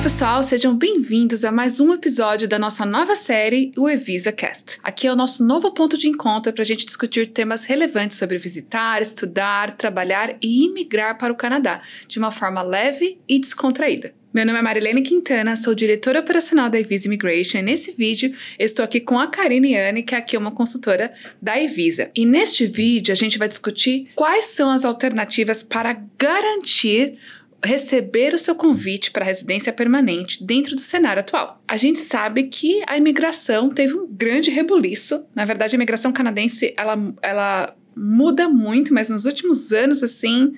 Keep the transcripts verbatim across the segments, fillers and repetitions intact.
pessoal, sejam bem-vindos a mais um episódio da nossa nova série, o Evisa Cast. Aqui é o nosso novo ponto de encontro para a gente discutir temas relevantes sobre visitar, estudar, trabalhar e imigrar para o Canadá, de uma forma leve e descontraída. Meu nome é Marilene Quintana, sou diretora operacional da Evisa Immigration e nesse vídeo eu estou aqui com a Karine Yane, que aqui é uma consultora da Evisa. E neste vídeo a gente vai discutir quais são as alternativas para garantir receber o seu convite para residência permanente dentro do cenário atual. A gente sabe que a imigração teve um grande rebuliço. Na verdade, a imigração canadense, ela, ela muda muito, mas nos últimos anos, assim,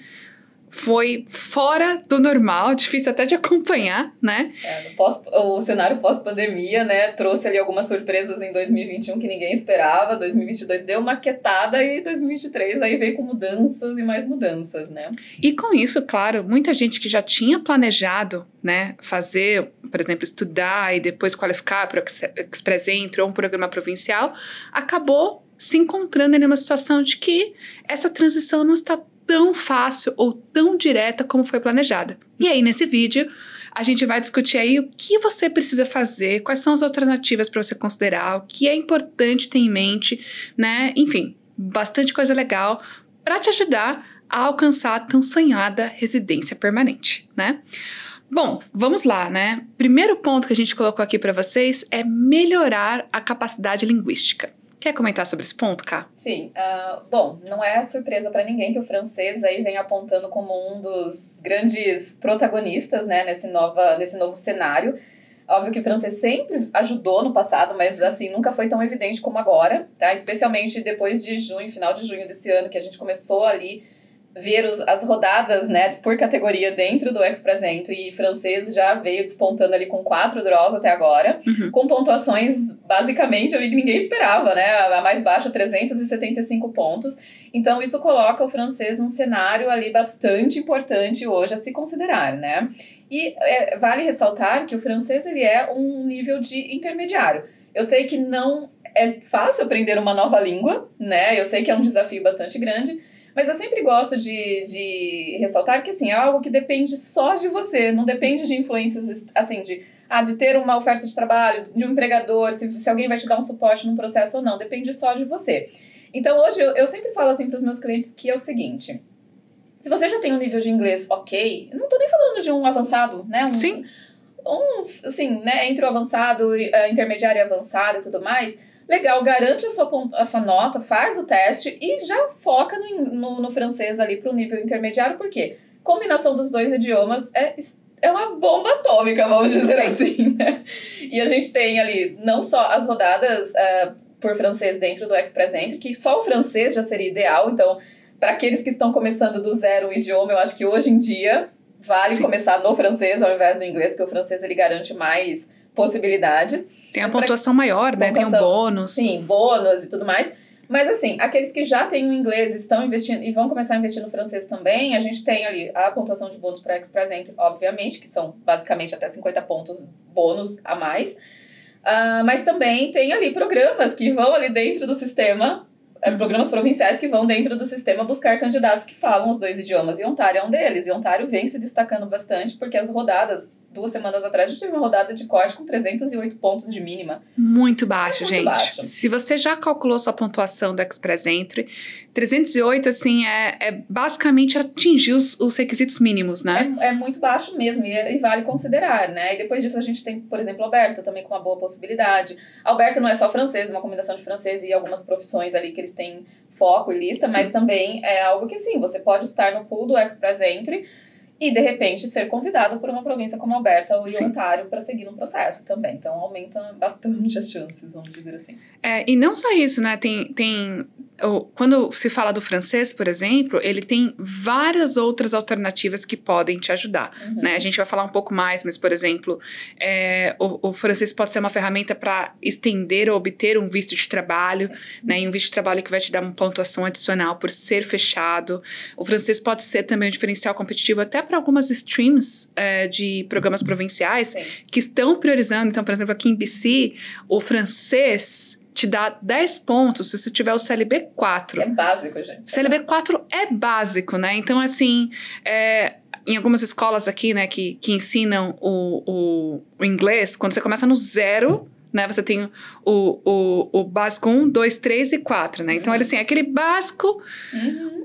foi fora do normal, difícil até de acompanhar, né? É, no pós, o cenário pós-pandemia, né, trouxe ali algumas surpresas em dois mil e vinte e um que ninguém esperava, dois mil e vinte e dois deu uma quietada e dois mil e vinte e três aí veio com mudanças e mais mudanças, né? E com isso, claro, muita gente que já tinha planejado, né, fazer, por exemplo, estudar e depois qualificar para o Express Entry ou um programa provincial, acabou se encontrando em uma situação de que essa transição não está tão fácil ou tão direta como foi planejada. E aí, nesse vídeo, a gente vai discutir aí o que você precisa fazer, quais são as alternativas para você considerar, o que é importante ter em mente, né? Enfim, bastante coisa legal para te ajudar a alcançar a tão sonhada residência permanente, né? Bom, vamos lá, né? Primeiro ponto que a gente colocou aqui para vocês é melhorar a capacidade linguística. Quer comentar sobre esse ponto, Ká? Sim. Uh, bom, não é surpresa para ninguém que o francês aí vem apontando como um dos grandes protagonistas, né, nesse, nova, nesse novo cenário. Óbvio que o francês sempre ajudou no passado, mas assim, nunca foi tão evidente como agora, tá? Especialmente depois de junho, final de junho desse ano, que a gente começou ali ver os, as rodadas, né, por categoria dentro do Express Entry, e francês já veio despontando ali com quatro draws até agora, uhum. com pontuações basicamente ali que ninguém esperava, né, a mais baixa trezentos e setenta e cinco pontos, então isso coloca o francês num cenário ali bastante importante hoje a se considerar, né, e é, vale ressaltar que o francês ele é um nível de intermediário. Eu sei que não é fácil aprender uma nova língua, né, eu sei que é um desafio bastante grande, mas eu sempre gosto de, de ressaltar que, assim, é algo que depende só de você, não depende de influências, assim, de, ah, de ter uma oferta de trabalho, de um empregador, se, se alguém vai te dar um suporte num processo ou não, depende só de você. Então, hoje, eu, eu sempre falo, assim, para os meus clientes que é o seguinte, se você já tem um nível de inglês ok, eu não tô nem falando de um avançado, né? Um, Sim. Um, assim, né, entre o avançado, uh, intermediário e avançado e tudo mais, legal, garante a sua, a sua nota, faz o teste e já foca no, no, no francês ali para o nível intermediário, porque combinação dos dois idiomas é, é uma bomba atômica, vamos dizer Sim. assim, né? E a gente tem ali não só as rodadas uh, por francês dentro do Express Entry, que só o francês já seria ideal, então, para aqueles que estão começando do zero o idioma, eu acho que hoje em dia vale Sim. começar no francês ao invés do inglês, porque o francês ele garante mais possibilidades. Tem a mas pontuação pra... maior, né? Pontuação, tem um bônus. Sim, bônus e tudo mais. Mas assim, aqueles que já têm o inglês estão investindo e vão começar a investir no francês também, a gente tem ali a pontuação de bônus para Express Entry, obviamente, que são basicamente até cinquenta pontos bônus a mais. Uh, mas também tem ali programas que vão ali dentro do sistema, uhum. programas provinciais que vão dentro do sistema buscar candidatos que falam os dois idiomas. E Ontário é um deles. E Ontário vem se destacando bastante porque as rodadas... Duas semanas atrás, a gente teve uma rodada de corte com trezentos e oito pontos de mínima. Muito baixo, é muito gente. Baixo. Se você já calculou sua pontuação do Express Entry, trezentos e oito, assim, é, é basicamente atingir os, os requisitos mínimos, né? É, é muito baixo mesmo e, e vale considerar, né? E depois disso a gente tem, por exemplo, a Alberta também com uma boa possibilidade. A Alberta não é só francês, uma combinação de francês e algumas profissões ali que eles têm foco e lista, Sim. mas também é algo que, sim, você pode estar no pool do Express Entry e, de repente, ser convidado por uma província como Alberta ou Sim. Ontário para seguir um processo também. Então, aumenta bastante as chances, vamos dizer assim. É, e não só isso, né? Tem... tem... Quando se fala do francês, por exemplo, ele tem várias outras alternativas que podem te ajudar, uhum. né? A gente vai falar um pouco mais, mas, por exemplo, é, o, o francês pode ser uma ferramenta para estender ou obter um visto de trabalho, Sim. né? E um visto de trabalho que vai te dar uma pontuação adicional por ser fechado. O francês pode ser também um diferencial competitivo até para algumas streams é, de programas provinciais Sim. que estão priorizando. Então, por exemplo, aqui em B C, o francês te dá dez pontos se você tiver o C L B quatro. É básico, gente. C L B quatro é básico, né? Então, assim, é, em algumas escolas aqui, né, que, que ensinam o, o, o inglês, quando você começa no zero, né, você tem o, o, o básico um, dois, três e quatro, né? Então, Uhum. ele assim, é aquele básico... Uhum.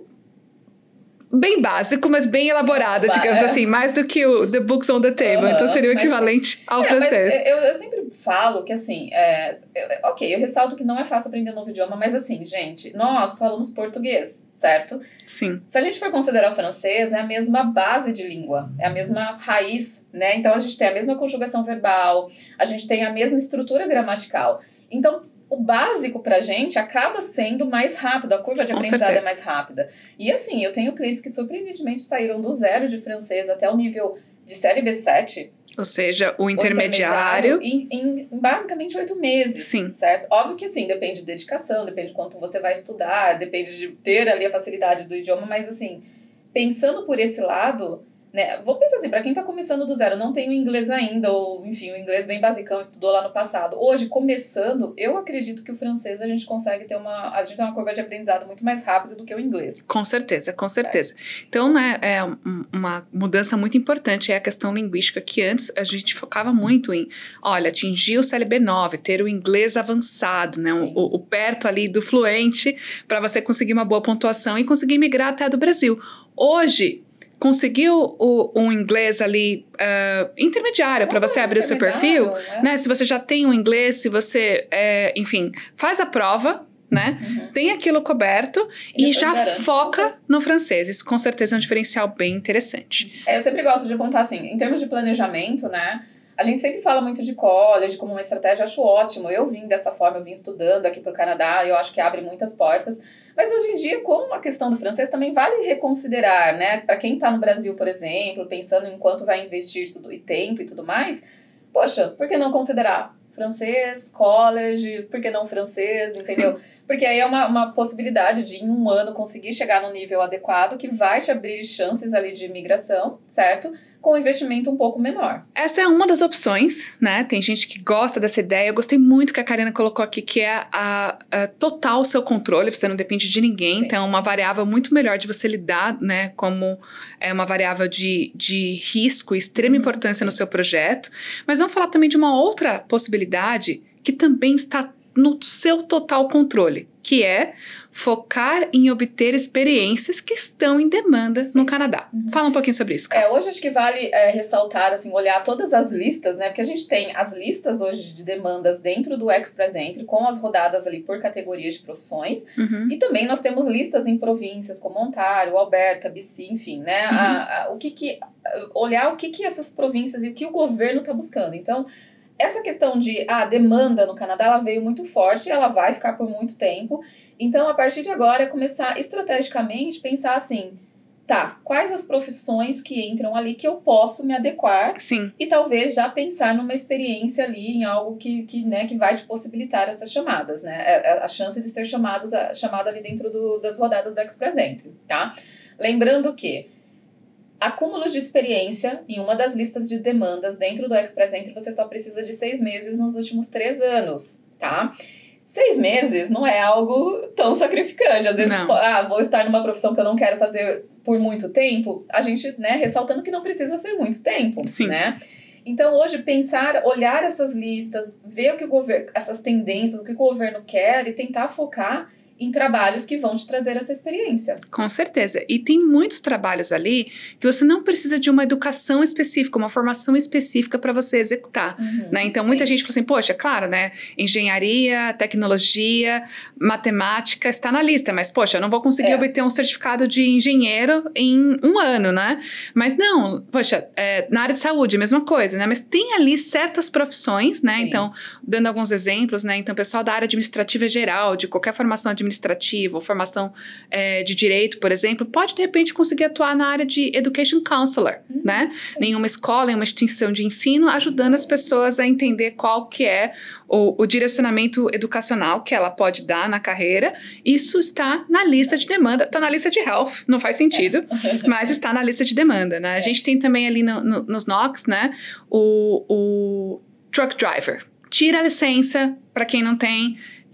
Bem básico, mas bem elaborado, Ba- digamos é. assim. Mais do que o The Books on the Table. Uhum, Então, seria o mas- equivalente ao É, francês. mas eu, eu sempre falo que, assim, é, eu- ok, eu ressalto que não é fácil aprender um novo idioma, mas, assim, gente, nós falamos português, certo? Sim. Se a gente for considerar o francês, é a mesma base de língua, é a mesma raiz, né? Então, a gente tem a mesma conjugação verbal, a gente tem a mesma estrutura gramatical. Então, o básico pra gente acaba sendo mais rápido, a curva de Com aprendizado certeza. é mais rápida. E assim, eu tenho clientes que surpreendentemente saíram do zero de francês até o nível de série B sete, Ou seja, o o intermediário... em, em, em basicamente oito meses. Sim. Certo? Óbvio que assim, depende de dedicação, depende de quanto você vai estudar, depende de ter ali a facilidade do idioma, mas assim, pensando por esse lado, né, vamos pensar assim, para quem tá começando do zero, não tem o inglês ainda, ou enfim, o inglês bem basicão, estudou lá no passado. Hoje, começando, eu acredito que o francês a gente consegue ter uma, a gente tem uma curva de aprendizado muito mais rápida do que o inglês. Com certeza, com certeza. Então, né, é um- uma mudança muito importante é a questão linguística, que antes a gente focava muito em, olha, atingir o C L B nove, ter o inglês avançado, né, o, Sim. o perto ali do fluente, para você conseguir uma boa pontuação e conseguir migrar até do Brasil. Hoje, conseguiu o, um inglês ali uh, intermediário para você abrir o seu perfil, Intermediário, né? Se você já tem um inglês, se você, é, enfim, faz a prova, né? Uhum. Tem aquilo coberto e, E já depois garante foca francês. no francês. Isso com certeza é um diferencial bem interessante. É, eu sempre gosto de apontar assim, em termos de planejamento, né? A gente sempre fala muito de college como uma estratégia, acho ótimo. Eu vim dessa forma, eu vim estudando aqui pro Canadá, eu acho que abre muitas portas. Mas hoje em dia, com a questão do francês, também vale reconsiderar, né? Para quem tá no Brasil, por exemplo, pensando em quanto vai investir tudo, e tempo e tudo mais, poxa, por que não considerar francês, college, por que não francês, entendeu? Sim. Porque aí é uma, uma possibilidade de, em um ano, conseguir chegar no nível adequado que vai te abrir chances ali de imigração, certo? Com um investimento um pouco menor. Essa é uma das opções, né? Tem gente que gosta dessa ideia. Eu gostei muito que a Karina colocou aqui, que é a, a total seu controle, você não depende de ninguém. Sim. Então, é uma variável muito melhor de você lidar, né? Como é uma variável de, de risco e extrema uhum, importância sim. no seu projeto. Mas vamos falar também de uma outra possibilidade que também está no seu total controle, que é focar em obter experiências que estão em demanda Sim. no Canadá. Uhum. Fala um pouquinho sobre isso, cara. É, hoje acho que vale é, ressaltar, assim, olhar todas as listas, né? Porque a gente tem as listas hoje de demandas dentro do Express Entry, com as rodadas ali por categorias de profissões. Uhum. E também nós temos listas em províncias como Ontário, Alberta, B C, enfim, né? Uhum. A, a, o que que, olhar o que que essas províncias e o que o governo está buscando. Então, essa questão de ah, demanda no Canadá, ela veio muito forte e ela vai ficar por muito tempo. Então, a partir de agora, é começar estrategicamente pensar assim, tá, quais as profissões que entram ali que eu posso me adequar Sim. e talvez já pensar numa experiência ali, em algo que, que, né, que vai te possibilitar essas chamadas, né? A chance de ser chamados, chamado ali dentro do, das rodadas do Express Entry, tá? Lembrando que acúmulo de experiência em uma das listas de demandas dentro do Express Entry, você só precisa de seis meses nos últimos três anos, tá? Seis meses não é algo tão sacrificante. Às vezes, ah, vou estar numa profissão que eu não quero fazer por muito tempo. A gente, né, ressaltando que não precisa ser muito tempo, Sim. né? Então, hoje, pensar, olhar essas listas, ver o que o governo, essas tendências, o que o governo quer e tentar focar em trabalhos que vão te trazer essa experiência. Com certeza. E tem muitos trabalhos ali que você não precisa de uma educação específica, uma formação específica para você executar, uhum, né? Então, sim. muita gente fala assim, poxa, claro, né? Engenharia, tecnologia, matemática está na lista, mas, poxa, eu não vou conseguir é. obter um certificado de engenheiro em um ano, né? Mas não, poxa, é, na área de saúde, mesma coisa, né? Mas tem ali certas profissões, né? Sim. Então, dando alguns exemplos, né? Então, o pessoal da área administrativa geral, de qualquer formação administrativa, administrativa ou formação é, de direito, por exemplo, pode, de repente, conseguir atuar na área de education counselor, uhum, né? Sim. Em uma escola, em uma instituição de ensino, ajudando as pessoas a entender qual que é o, o direcionamento educacional que ela pode dar na carreira. Isso está na lista de demanda, está na lista de health, não faz sentido, é. mas está na lista de demanda, né? É. A gente tem também ali no, no, nos N O Cs, né, o, o truck driver. Tira a licença para quem não tem,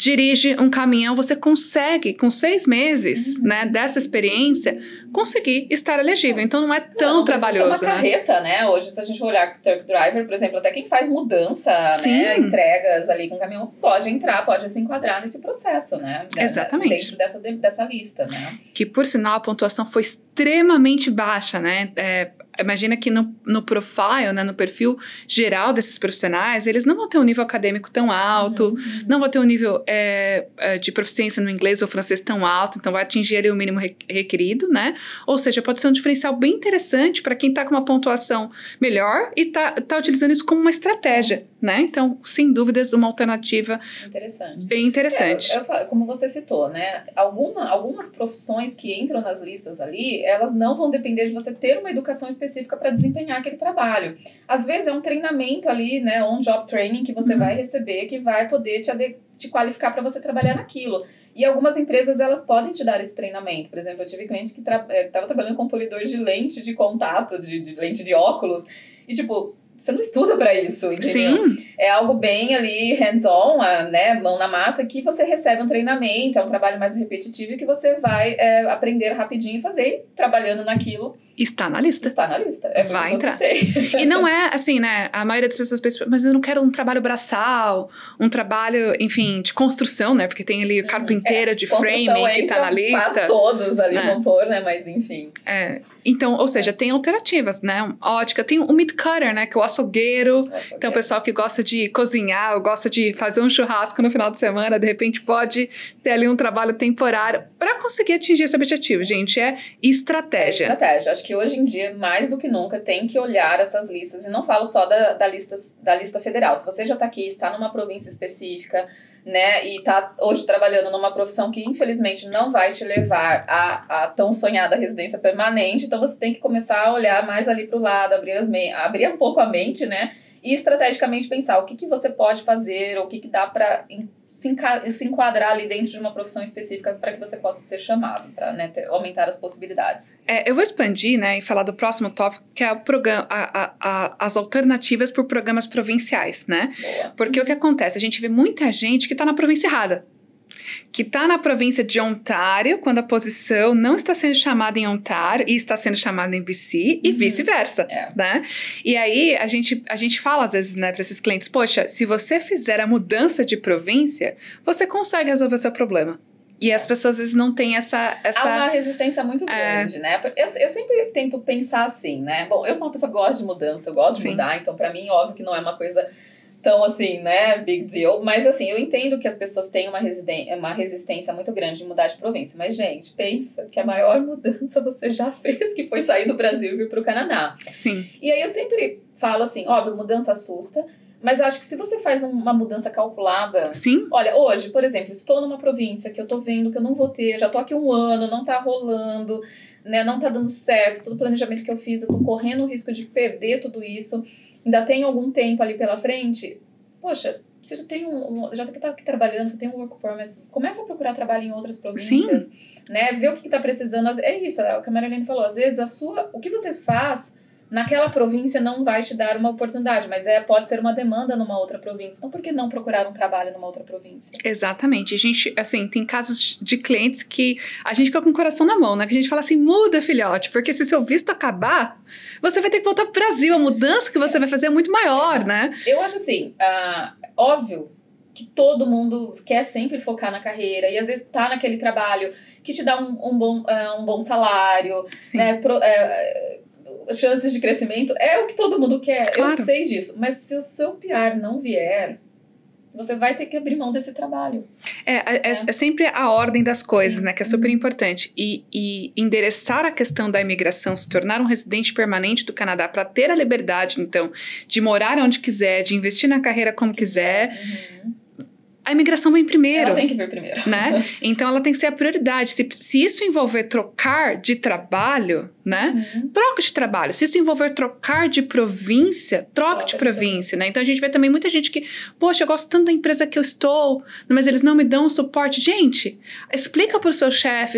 dirige um caminhão, você consegue, com seis meses, uhum. né, dessa experiência, conseguir estar elegível. Então, não é tão não, não trabalhoso, ser uma né? carreta, né? Hoje, se a gente for olhar o truck driver, por exemplo, até quem faz mudança, Sim. né, entregas ali com caminhão, pode entrar, pode se enquadrar nesse processo, né? Exatamente. Dentro dessa, dessa lista, né? Que, por sinal, a pontuação foi extremamente baixa, né? É, imagina que no, no profile, né, no perfil geral desses profissionais, eles não vão ter um nível acadêmico tão alto, Uhum, uhum. não vão ter um nível é, de proficiência no inglês ou francês tão alto, então vai atingir ali o mínimo requerido, né? Ou seja, pode ser um diferencial bem interessante para quem está com uma pontuação melhor e está tá utilizando isso como uma estratégia, né? Então, sem dúvidas, uma alternativa interessante. bem interessante. É, eu, eu, como você citou, né? Alguma, algumas profissões que entram nas listas ali, elas não vão depender de você ter uma educação específica para desempenhar aquele trabalho. Às vezes é um treinamento ali, né? On-job training que você uhum. vai receber, que vai poder te, ade- te qualificar para você trabalhar naquilo. E algumas empresas, elas podem te dar esse treinamento. Por exemplo, eu tive cliente que estava tra- trabalhando com polidor de lente de contato, de, de lente de óculos, e tipo... Você não estuda para isso, entendeu? Sim. É algo bem ali hands-on, né, mão na massa, que você recebe um treinamento, é um trabalho mais repetitivo e que você vai é, aprender rapidinho e fazer, e trabalhando naquilo. Está na lista. Está na lista. É vai entrar. E não é assim, né? A maioria das pessoas pensa, mas eu não quero um trabalho braçal, um trabalho, enfim, de construção, né? Porque tem ali carpinteira é, de framing que tá na lista. Quase todos ali é. vão pôr, né? Mas enfim. É. Então, ou seja, tem alternativas, né? Ótica, tem o meat cutter, né? Que é o açougueiro. açougueiro. Então, o pessoal que gosta de cozinhar, ou gosta de fazer um churrasco no final de semana, de repente pode ter ali um trabalho temporário para conseguir atingir esse objetivo, gente. É estratégia. É estratégia. Acho que hoje em dia, mais do que nunca, tem que olhar essas listas. E não falo só da, da, lista, da lista federal. Se você já está aqui, está numa província específica, né, e está hoje trabalhando numa profissão que, infelizmente, não vai te levar à, à tão sonhada residência permanente, então você tem que começar a olhar mais ali para o lado, abrir, as me- abrir um pouco a mente, né, e estrategicamente pensar o que, que você pode fazer, ou o que, que dá para se, enca- se enquadrar ali dentro de uma profissão específica para que você possa ser chamado, para, né, ter, aumentar as possibilidades. É, eu vou expandir, né, e falar do próximo tópico, que é o programa, a, a, a, as alternativas por programas provinciais, né? Boa. Porque o que acontece? A gente vê muita gente que está na província errada. Que está na província de Ontário, quando a posição não está sendo chamada em Ontário e está sendo chamada em B C, e uhum. vice-versa, é. né? E aí, a gente, a gente fala às vezes, né, para esses clientes, poxa, se você fizer a mudança de província, você consegue resolver o seu problema. E as pessoas, às vezes, não têm essa... essa... Há uma resistência muito grande, é... né? Eu, eu sempre tento pensar assim, né? Bom, eu sou uma pessoa que gosta de mudança, eu gosto de Sim. mudar, então, para mim, óbvio que não é uma coisa... Então, assim, né, big deal. Mas, assim, eu entendo que as pessoas têm uma, residen- uma resistência muito grande em mudar de província. Mas, gente, pensa que a maior mudança você já fez, que foi sair do Brasil e vir pro Canadá. Sim. E aí eu sempre falo assim, óbvio, mudança assusta, mas acho que se você faz um, uma mudança calculada... Sim. Olha, hoje, por exemplo, estou numa província que eu tô vendo que eu não vou ter, já tô aqui um ano, não tá rolando, né, não tá dando certo, todo o planejamento que eu fiz, eu tô correndo o risco de perder tudo isso... Ainda tem algum tempo ali pela frente, poxa, você já tem um, um já está aqui trabalhando, você tem um work permit, começa a procurar trabalho em outras províncias, Sim. né? Ver o que está precisando. É isso, é o que a Marilene falou, às vezes a sua, o que você faz naquela província não vai te dar uma oportunidade, mas é, pode ser uma demanda numa outra província. Então, por que não procurar um trabalho numa outra província? Exatamente. A gente, assim, tem casos de clientes que a gente fica com o coração na mão, né? Que a gente fala assim, muda, filhote, porque se seu visto acabar, você vai ter que voltar pro Brasil. A mudança que você vai fazer é muito maior, né? Eu acho assim, uh, óbvio que todo mundo quer sempre focar na carreira e às vezes tá naquele trabalho que te dá um, um, bom, uh, um bom salário, Sim. né? Pro, uh, chances de crescimento, é o que todo mundo quer, claro. Eu sei disso, mas se o seu P R não vier, você vai ter que abrir mão desse trabalho. É, é, é. é sempre a ordem das coisas, Sim. né, que é super importante, e, e endereçar a questão da imigração, se tornar um residente permanente do Canadá para ter a liberdade, então, de morar onde quiser, de investir na carreira como quiser, uhum. a imigração vem primeiro. Ela tem que vir primeiro. Né? Então, ela tem que ser a prioridade. Se, se isso envolver trocar de trabalho, né? Uhum. Troca de trabalho. Se isso envolver trocar de província, troca, troca de província, né? Então, a gente vê também muita gente que, poxa, eu gosto tanto da empresa que eu estou, mas eles não me dão suporte. Gente, explica para o seu chefe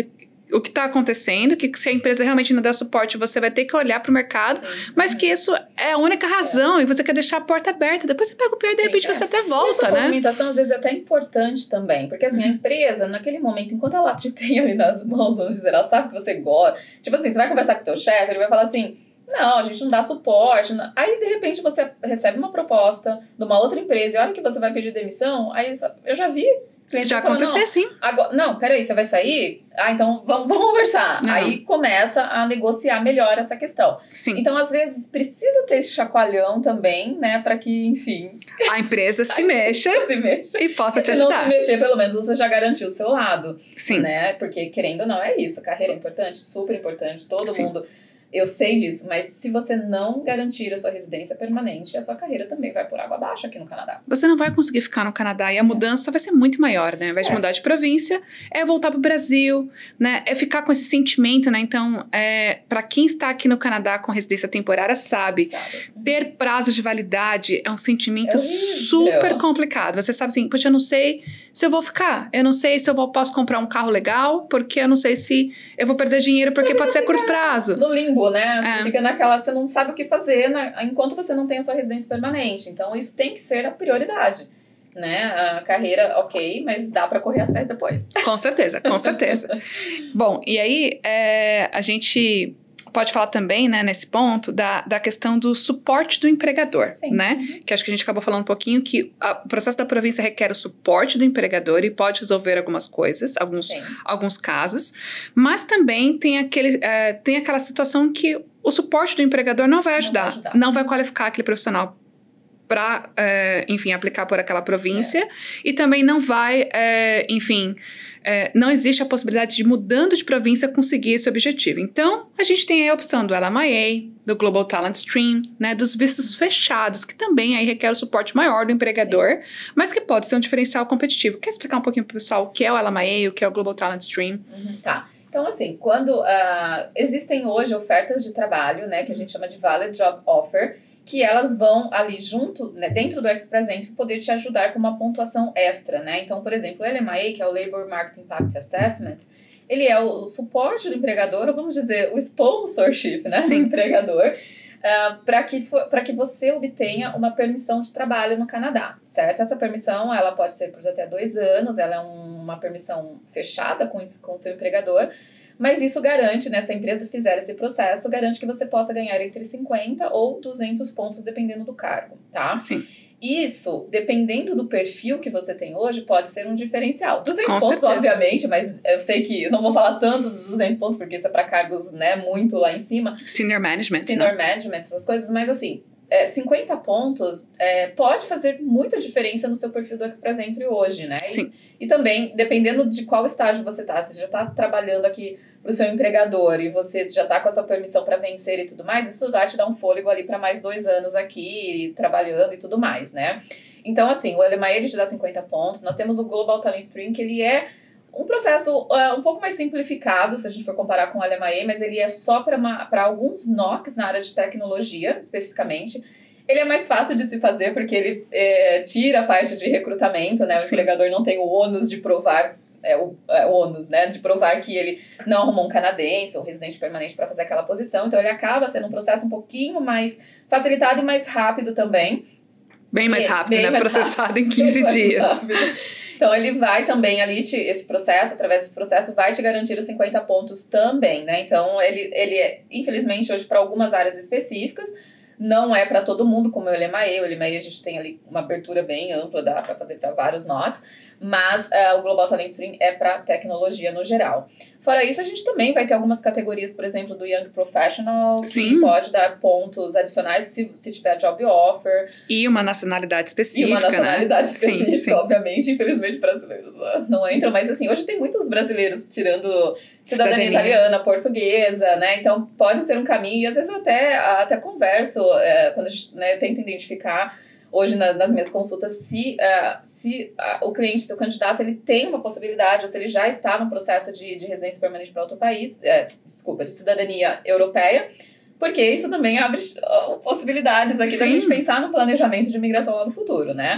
o que está acontecendo, que se a empresa realmente não der suporte, você vai ter que olhar para o mercado, Sim. mas que isso é a única razão, é. e você quer deixar a porta aberta. Depois você pega o pior e de repente é. você até volta, essa né? A movimentação, às vezes, é até importante também, porque assim, uhum. a empresa, naquele momento, enquanto ela te tem ali nas mãos, vamos dizer, ela sabe que você gosta, tipo assim, você vai conversar com o teu chefe, ele vai falar assim, não, a gente não dá suporte. Não. Aí, de repente, você recebe uma proposta de uma outra empresa e a hora que você vai pedir demissão, aí eu já vi cliente já falando, aconteceu, sim. Agora, não, peraí, você vai sair? Ah, então vamos, vamos conversar. Não. Aí começa a negociar melhor essa questão. Sim. Então, às vezes, precisa ter esse chacoalhão também, né, para que, enfim... A empresa se mexa se mexa e possa te se ajudar. Se não se mexer, pelo menos você já garantiu o seu lado. Sim. Né? Porque, querendo ou não, é isso. Carreira é importante, super importante, todo Sim. mundo... Eu sei disso, mas se você não garantir a sua residência permanente, a sua carreira também vai por água abaixo aqui no Canadá. Você não vai conseguir ficar no Canadá e a mudança vai ser muito maior, né? Ao invés é. de mudar de província, é voltar pro Brasil, né? É ficar com esse sentimento, né? Então, é, para quem está aqui no Canadá com residência temporária, sabe, sabe. ter prazo de validade é um sentimento é super complicado. Você sabe assim, poxa, eu não sei se eu vou ficar, eu não sei se eu vou, posso comprar um carro legal, porque eu não sei se eu vou perder dinheiro, porque você pode ser curto prazo. No limbo, né? Você é. fica naquela, você não sabe o que fazer na, enquanto você não tem a sua residência permanente. Então, isso tem que ser a prioridade, né? A carreira, ok, mas dá pra correr atrás depois. Com certeza, com certeza. Bom, e aí, é, a gente pode falar também, né, nesse ponto, da, da questão do suporte do empregador, Sim. né? Uhum. Que acho que a gente acabou falando um pouquinho que a, o processo da província requer o suporte do empregador e pode resolver algumas coisas, alguns, alguns casos, mas também tem, aquele, é, tem aquela situação que o suporte do empregador não vai ajudar, não vai, ajudar. Não vai qualificar aquele profissional para, é, enfim, aplicar por aquela província é. e também não vai, é, enfim, é, não existe a possibilidade de, mudando de província, conseguir esse objetivo. Então, a gente tem a opção do L M I A, do Global Talent Stream, né, dos vistos fechados, que também aí requer o suporte maior do empregador, Sim. mas que pode ser um diferencial competitivo. Quer explicar um pouquinho para o pessoal o que é o L M I A, o que é o Global Talent Stream? Uhum, tá. Então, assim, quando uh, existem hoje ofertas de trabalho, né, que a gente chama de Valid Job Offer, que elas vão ali junto, né, dentro do Express Entry, poder te ajudar com uma pontuação extra, né? Então, por exemplo, o L M I A, que é o Labor Market Impact Assessment, ele é o, o suporte do empregador, ou vamos dizer, o sponsorship, né, Sim. do empregador, uh, para que, para que você obtenha uma permissão de trabalho no Canadá, certo? Essa permissão, ela pode ser por até dois anos, ela é um, uma permissão fechada com, com o seu empregador, mas isso garante, né, se a empresa fizer esse processo, garante que você possa ganhar entre cinquenta ou duzentos pontos, dependendo do cargo, tá? Sim. Isso, dependendo do perfil que você tem hoje, pode ser um diferencial. duzentos Com pontos, certeza. obviamente, mas eu sei que eu não vou falar tanto dos duzentos pontos, porque isso é para cargos, né, muito lá em cima. Senior management, Senior né? management, essas coisas, mas assim, é, cinquenta pontos é, pode fazer muita diferença no seu perfil do Express Entry hoje, né? Sim. E, e também, dependendo de qual estágio você tá, se você já está trabalhando aqui para o seu empregador e você já está com a sua permissão para vencer e tudo mais, isso vai te dar um fôlego ali para mais dois anos aqui, trabalhando e tudo mais, né? Então, assim, o L M I A, ele te dá cinquenta pontos. Nós temos o Global Talent Stream, que ele é um processo uh, um pouco mais simplificado, se a gente for comparar com o L M I A, mas ele é só para alguns N O Cs na área de tecnologia, especificamente. Ele é mais fácil de se fazer porque ele é, tira a parte de recrutamento, né? O Sim. empregador não tem o ônus de provar, é, o, é, o ônus, né? De provar que ele não arrumou um canadense ou residente permanente para fazer aquela posição. Então, ele acaba sendo um processo um pouquinho mais facilitado e mais rápido também. Bem mais rápido, bem né? Mais Processado rápido. Em quinze dias. Então, ele vai também ali, te, esse processo, através desse processo, vai te garantir os cinquenta pontos também, né? Então, ele, ele é, infelizmente, hoje, para algumas áreas específicas, não é para todo mundo, como o L M I A. O L M I A a gente tem ali uma abertura bem ampla, dá para fazer para vários N O Cs, mas uh, o Global Talent Stream é para tecnologia no geral. Fora isso, a gente também vai ter algumas categorias, por exemplo, do Young Professional, Sim. que pode dar pontos adicionais se, se tiver job offer. E uma nacionalidade específica, E uma nacionalidade né? específica, sim, sim. obviamente. Infelizmente, brasileiros não entram, mas assim, hoje tem muitos brasileiros tirando cidadania, cidadania italiana, portuguesa, né? Então, pode ser um caminho. E às vezes eu até, até converso, é, quando a gente, né, eu tento identificar hoje na, nas minhas consultas se, uh, se uh, o cliente, o candidato, ele tem uma possibilidade, ou se ele já está no processo de, de residência permanente para outro país, é, desculpa, de cidadania europeia, porque isso também abre uh, possibilidades aqui da gente pensar no planejamento de imigração lá no futuro, né?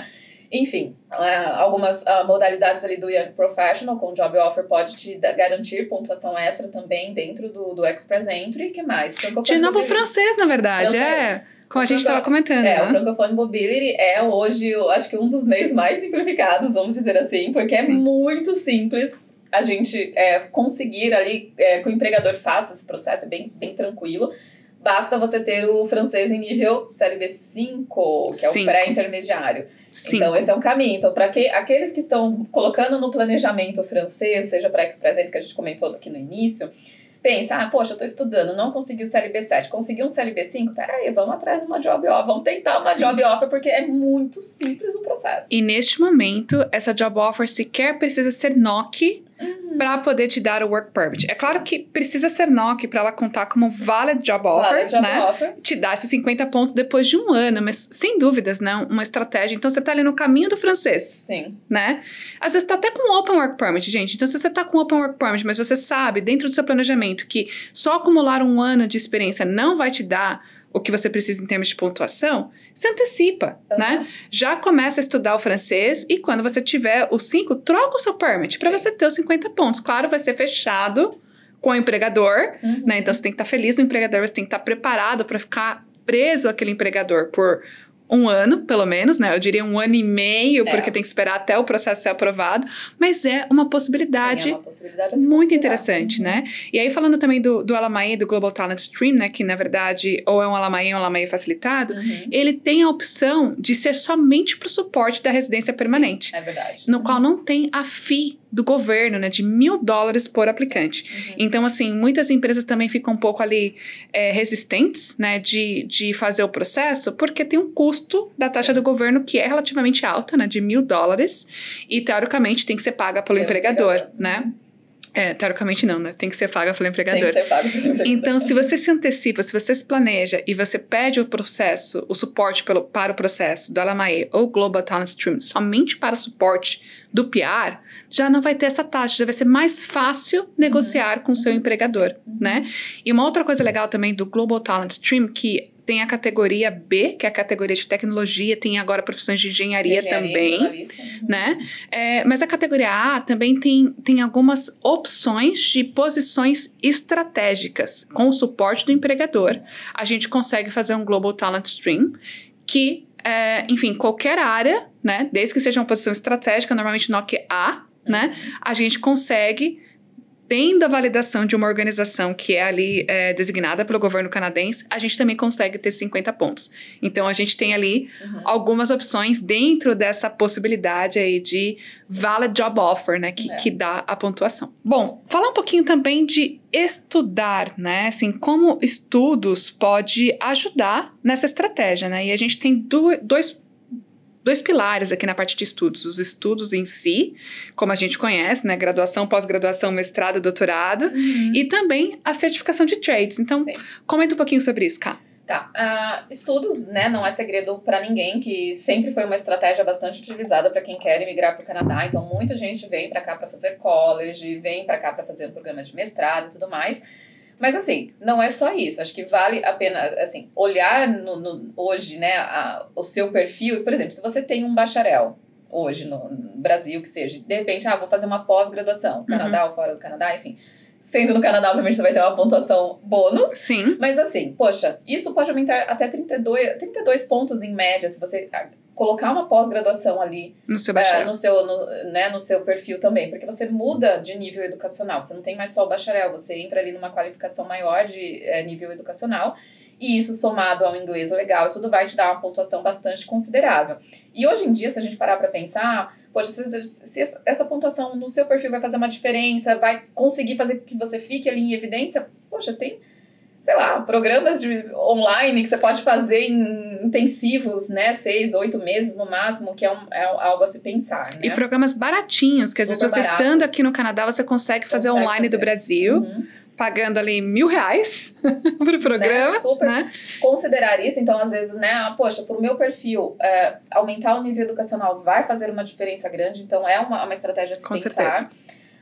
Enfim, uh, algumas uh, modalidades ali do Young Professional com Job Offer pode te garantir pontuação extra também dentro do, do Express Entry. Que mais? De novo francês, na verdade, francês. é. Como a gente estava comentando, É, né? o Francophone Mobility é hoje, eu acho que um dos meios mais simplificados, vamos dizer assim, porque Sim. é muito simples a gente é, conseguir ali é, que o empregador faça esse processo, é bem, bem tranquilo. Basta você ter o francês em nível série B cinco, que é Cinco. o pré-intermediário. Cinco. Então, esse é um caminho. Então, para que, aqueles que estão colocando no planejamento francês, seja para Express Entry, que a gente comentou aqui no início, pensa, ah, poxa, eu tô estudando, não consegui o C L B sete, consegui um C L B cinco, peraí, vamos atrás de uma job offer, vamos tentar uma Sim. job offer, porque é muito simples o processo. E neste momento, essa job offer sequer precisa ser N O C uhum. para poder te dar o work permit. É claro que precisa ser N O C para ela contar como valid job offer, valid job né? Offer. Te dar esses cinquenta pontos depois de um ano, mas sem dúvidas, né? Uma estratégia. Então, você tá ali no caminho do francês. Sim. Né? Às vezes tá até com open work permit, gente. Então, se você tá com open work permit, mas você sabe, dentro do seu planejamento, que só acumular um ano de experiência não vai te dar o que você precisa em termos de pontuação, se antecipa, uhum. né? Já começa a estudar o francês e quando você tiver os cinco, troca o seu permit para você ter os cinquenta pontos. Claro, vai ser fechado com o empregador, uhum. né? Então, você tem que estar feliz no empregador, você tem que estar preparado para ficar preso àquele empregador por um ano, pelo menos, né? Eu diria um ano e meio, é. porque tem que esperar até o processo ser aprovado. Mas é uma possibilidade, Sim, é uma possibilidade muito interessante, uhum. né? E aí, falando também do, do L M I, do Global Talent Stream, né? Que, na verdade, ou é um L M I ou um L M I facilitado. Uhum. Ele tem a opção de ser somente para o suporte da residência permanente. Sim, é verdade. No uhum. qual não tem a fee do governo, né? De mil dólares por aplicante. Uhum. Então, assim, muitas empresas também ficam um pouco ali é, resistentes, né? De, de fazer o processo, porque tem um custo da taxa Sim. do governo que é relativamente alta, né, de mil dólares, e teoricamente tem que ser paga pelo, pelo empregador, empregador, né? É, teoricamente não, né? Tem que ser paga pelo empregador. Tem que ser paga pelo empregador. Então, se você se antecipa, se você se planeja e você pede o processo, o suporte pelo, para o processo do L M I A ou Global Talent Stream somente para o suporte do P R, já não vai ter essa taxa, já vai ser mais fácil negociar uhum. com o seu empregador, uhum. né? E uma outra coisa legal também do Global Talent Stream, que tem a categoria B, que é a categoria de tecnologia, tem agora profissões de engenharia, de engenharia também, uhum. né? É, mas a categoria A também tem, tem algumas opções de posições estratégicas. Com o suporte do empregador, a gente consegue fazer um Global Talent Stream que, é, enfim, qualquer área, né? Desde que seja uma posição estratégica, normalmente N O C A, uhum. né? A gente consegue, tendo a validação de uma organização que é ali é, designada pelo governo canadense, a gente também consegue ter cinquenta pontos. Então, a gente tem ali uhum. algumas opções dentro dessa possibilidade aí de valid job offer, né? Que, é. que dá a pontuação. Bom, falar um pouquinho também de estudar, né? Assim, como estudos pode ajudar nessa estratégia, né? E a gente tem do, dois Dois pilares aqui na parte de estudos. Os estudos em si, como a gente conhece, né? Graduação, pós-graduação, mestrado, doutorado. Uhum. E também a certificação de trades. Então, Sim. comenta um pouquinho sobre isso, Ká. Tá. Uh, estudos, né? Não é segredo para ninguém, que sempre foi uma estratégia bastante utilizada para quem quer emigrar para o Canadá. Então, muita gente vem para cá para fazer college, vem para cá para fazer um programa de mestrado e tudo mais. Mas, assim, não é só isso. Acho que vale a pena, assim, olhar no, no, hoje, né, a, o seu perfil. Por exemplo, se você tem um bacharel hoje no, no Brasil, que seja, de repente, ah, vou fazer uma pós-graduação, Canadá uhum. ou fora do Canadá, enfim. Sendo no Canadá, obviamente, você vai ter uma pontuação bônus. Sim. Mas, assim, poxa, isso pode aumentar até trinta e dois, trinta e dois pontos em média, se você colocar uma pós-graduação ali no seu, bacharel. Uh, no, seu, no, né, no seu perfil também, porque você muda de nível educacional, você não tem mais só o bacharel, você entra ali numa qualificação maior de é, nível educacional, e isso somado ao inglês legal e tudo vai te dar uma pontuação bastante considerável. E hoje em dia, se a gente parar para pensar, poxa, se, se essa pontuação no seu perfil vai fazer uma diferença, vai conseguir fazer com que você fique ali em evidência, poxa, tem, sei lá, programas de online que você pode fazer em intensivos, né, seis, oito meses no máximo, que é, um, é algo a se pensar, né? E programas baratinhos, que às Super vezes você baratos. Estando aqui no Canadá, você consegue fazer consegue online fazer. Do Brasil, uhum. pagando ali mil reais pro programa, né? Super né? Considerar isso, então às vezes, né, ah, poxa, pro meu perfil, é, aumentar o nível educacional vai fazer uma diferença grande, então é uma, uma estratégia a se Com pensar. certeza.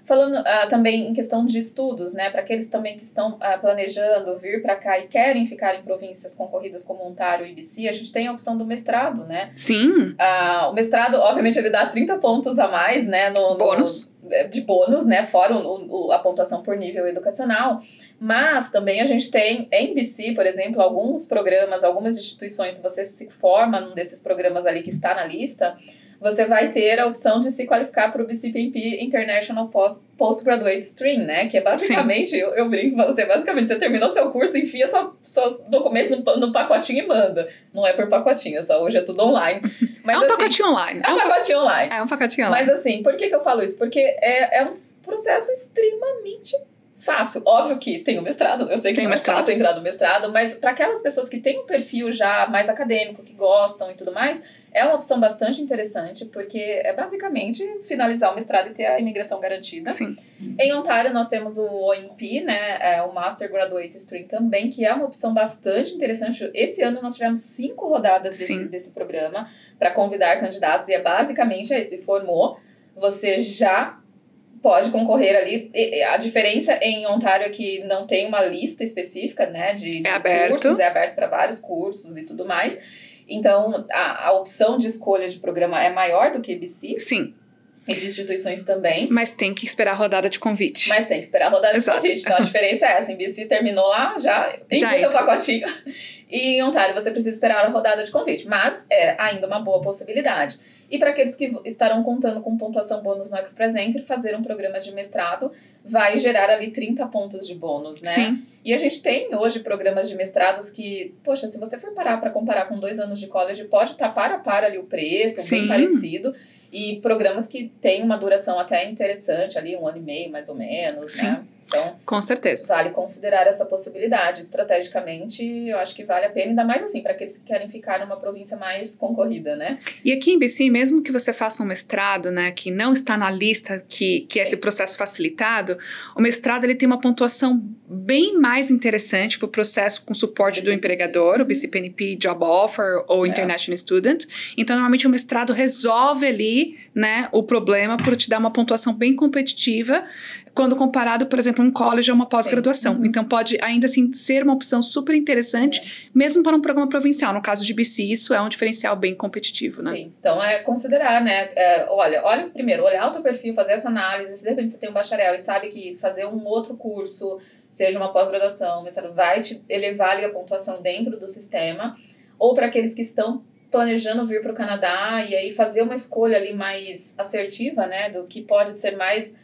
Falando uh, também em questão de estudos, né, para aqueles também que estão uh, planejando vir para cá e querem ficar em províncias concorridas como Ontário e B C, a gente tem a opção do mestrado, né? Sim. Uh, o mestrado, obviamente, ele dá trinta pontos a mais, né? No, bônus. No, de bônus, né? Fora o, o, a pontuação por nível educacional. Mas também a gente tem, em B C, por exemplo, alguns programas, algumas instituições, se você se forma num desses programas ali que está na lista, você vai ter a opção de se qualificar para o B C P M P International Post, Postgraduate Stream, né? Que é basicamente, eu, eu brinco com você, basicamente você terminou seu curso, enfia sua, seus documentos no, no pacotinho e manda. Não é por pacotinho, só hoje é tudo online. Mas, é um assim, pacotinho online. É um pacotinho online. É um pacotinho online. Mas assim, por que, que eu falo isso? Porque é, é um processo extremamente fácil. Óbvio que tem o mestrado, eu sei que tem não é mestrado. fácil entrar no mestrado, mas para aquelas pessoas que têm um perfil já mais acadêmico, que gostam e tudo mais, é uma opção bastante interessante, porque é basicamente finalizar o mestrado e ter a imigração garantida. Sim. Em Ontário, nós temos o O M P, né, é, o Master Graduate Stream também, que é uma opção bastante interessante. Esse ano nós tivemos cinco rodadas desse, desse programa para convidar candidatos, e é basicamente aí, se formou, você já pode concorrer ali. A diferença em Ontário é que não tem uma lista específica, né, de, de é aberto. cursos, é aberto para vários cursos e tudo mais. Então, a, a opção de escolha de programa é maior do que B C. Sim. E de instituições também. Mas tem que esperar a rodada de convite. Mas tem que esperar a rodada Exato. de convite. Então, a diferença é essa. Em B C terminou lá, já embuta o pacotinho. E em Ontário, você precisa esperar a rodada de convite. Mas é ainda uma boa possibilidade. E para aqueles que estarão contando com pontuação bônus no Express Entry, fazer um programa de mestrado vai gerar ali trinta pontos de bônus, né? Sim. E a gente tem hoje programas de mestrados que, poxa, se você for parar para comparar com dois anos de college, pode estar para a par ali o preço, Sim. bem parecido. E programas que têm uma duração até interessante, ali um ano e meio, mais ou menos, Sim. né? Então, com certeza. Vale considerar essa possibilidade. Estrategicamente, eu acho que vale a pena, ainda mais assim, para aqueles que querem ficar numa província mais concorrida, né? E aqui em B C, mesmo que você faça um mestrado, né, que não está na lista, que, que é esse processo facilitado, o mestrado ele tem uma pontuação bem mais interessante para o processo com suporte do empregador, o B C P N P Job Offer ou É. International Student. Então, normalmente o mestrado resolve ali, né, o problema por te dar uma pontuação bem competitiva quando comparado, por exemplo, um college ou uma pós-graduação. Uhum. Então, pode ainda assim ser uma opção super interessante, é. mesmo para um programa provincial. No caso de B C, isso é um diferencial bem competitivo, né? Sim, então é considerar, né? É, olha, olha primeiro, olhar o teu perfil, fazer essa análise. Se de repente você tem um bacharel e sabe que fazer um outro curso, seja uma pós-graduação, vai te elevar ali a pontuação dentro do sistema. Ou para aqueles que estão planejando vir para o Canadá e aí fazer uma escolha ali mais assertiva, né? Do que pode ser mais...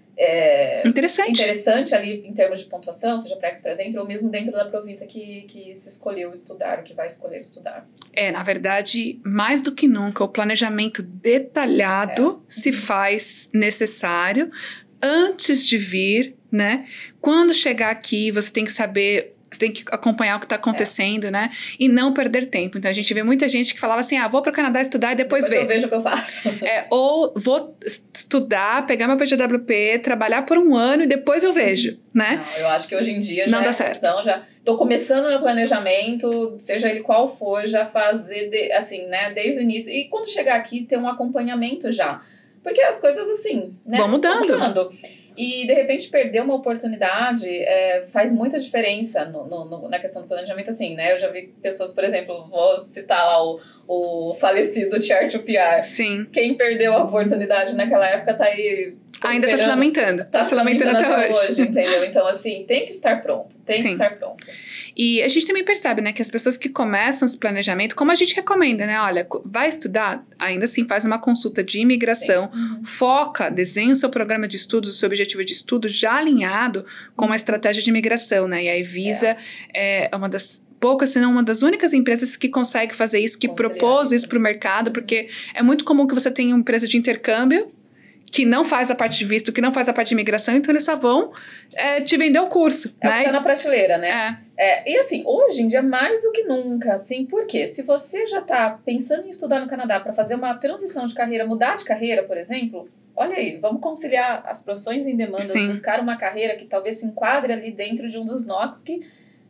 É, interessante. interessante ali em termos de pontuação, seja para Express Entry ou mesmo dentro da província que, que se escolheu estudar, que vai escolher estudar. É, na verdade, mais do que nunca, o planejamento detalhado é. se faz necessário antes de vir, né? Quando chegar aqui, você tem que saber... Você tem que acompanhar o que está acontecendo, é. né? E não perder tempo. Então, a gente vê muita gente que falava assim, ah, vou para o Canadá estudar e depois, depois ver. eu vejo o que eu faço. É, ou vou estudar, pegar meu P G W P, trabalhar por um ano e depois eu vejo, né? Não, eu acho que hoje em dia já não é dá questão, certo. já tô começando meu planejamento, seja ele qual for, já fazer, de, assim, né, desde o início. E quando chegar aqui, ter um acompanhamento já. Porque as coisas, assim, né? Vão mudando. Vão mudando. E, de repente, perder uma oportunidade é, faz muita diferença no, no, no, na questão do planejamento, assim, né? Eu já vi pessoas, por exemplo, vou citar lá o, o falecido Char to P R. Sim. Quem perdeu a oportunidade naquela época tá aí... Ainda tá se lamentando. Tá, tá se lamentando, lamentando até, até hoje. hoje. Entendeu? Então, assim, tem que estar pronto. Tem Sim. que estar pronto. E a gente também percebe, né, que as pessoas que começam esse planejamento, como a gente recomenda, né? Olha, vai estudar, ainda assim faz uma consulta de imigração, uhum. foca, desenha o seu programa de estudos, o seu objetivo de estudo já alinhado com uma estratégia de imigração, né? E a Evisa é, é uma das... poucas, se não uma das únicas empresas que consegue fazer isso, que Conciliar. propôs isso para o mercado, porque é muito comum que você tenha uma empresa de intercâmbio que não faz a parte de visto, que não faz a parte de imigração, então eles só vão é, te vender o curso, é né? É o que tá na prateleira, né? É. É, e assim, hoje em dia, mais do que nunca, assim, por quê? Se você já tá pensando em estudar no Canadá para fazer uma transição de carreira, mudar de carreira, por exemplo, olha aí, vamos conciliar as profissões em demanda, buscar uma carreira que talvez se enquadre ali dentro de um dos N O Cs que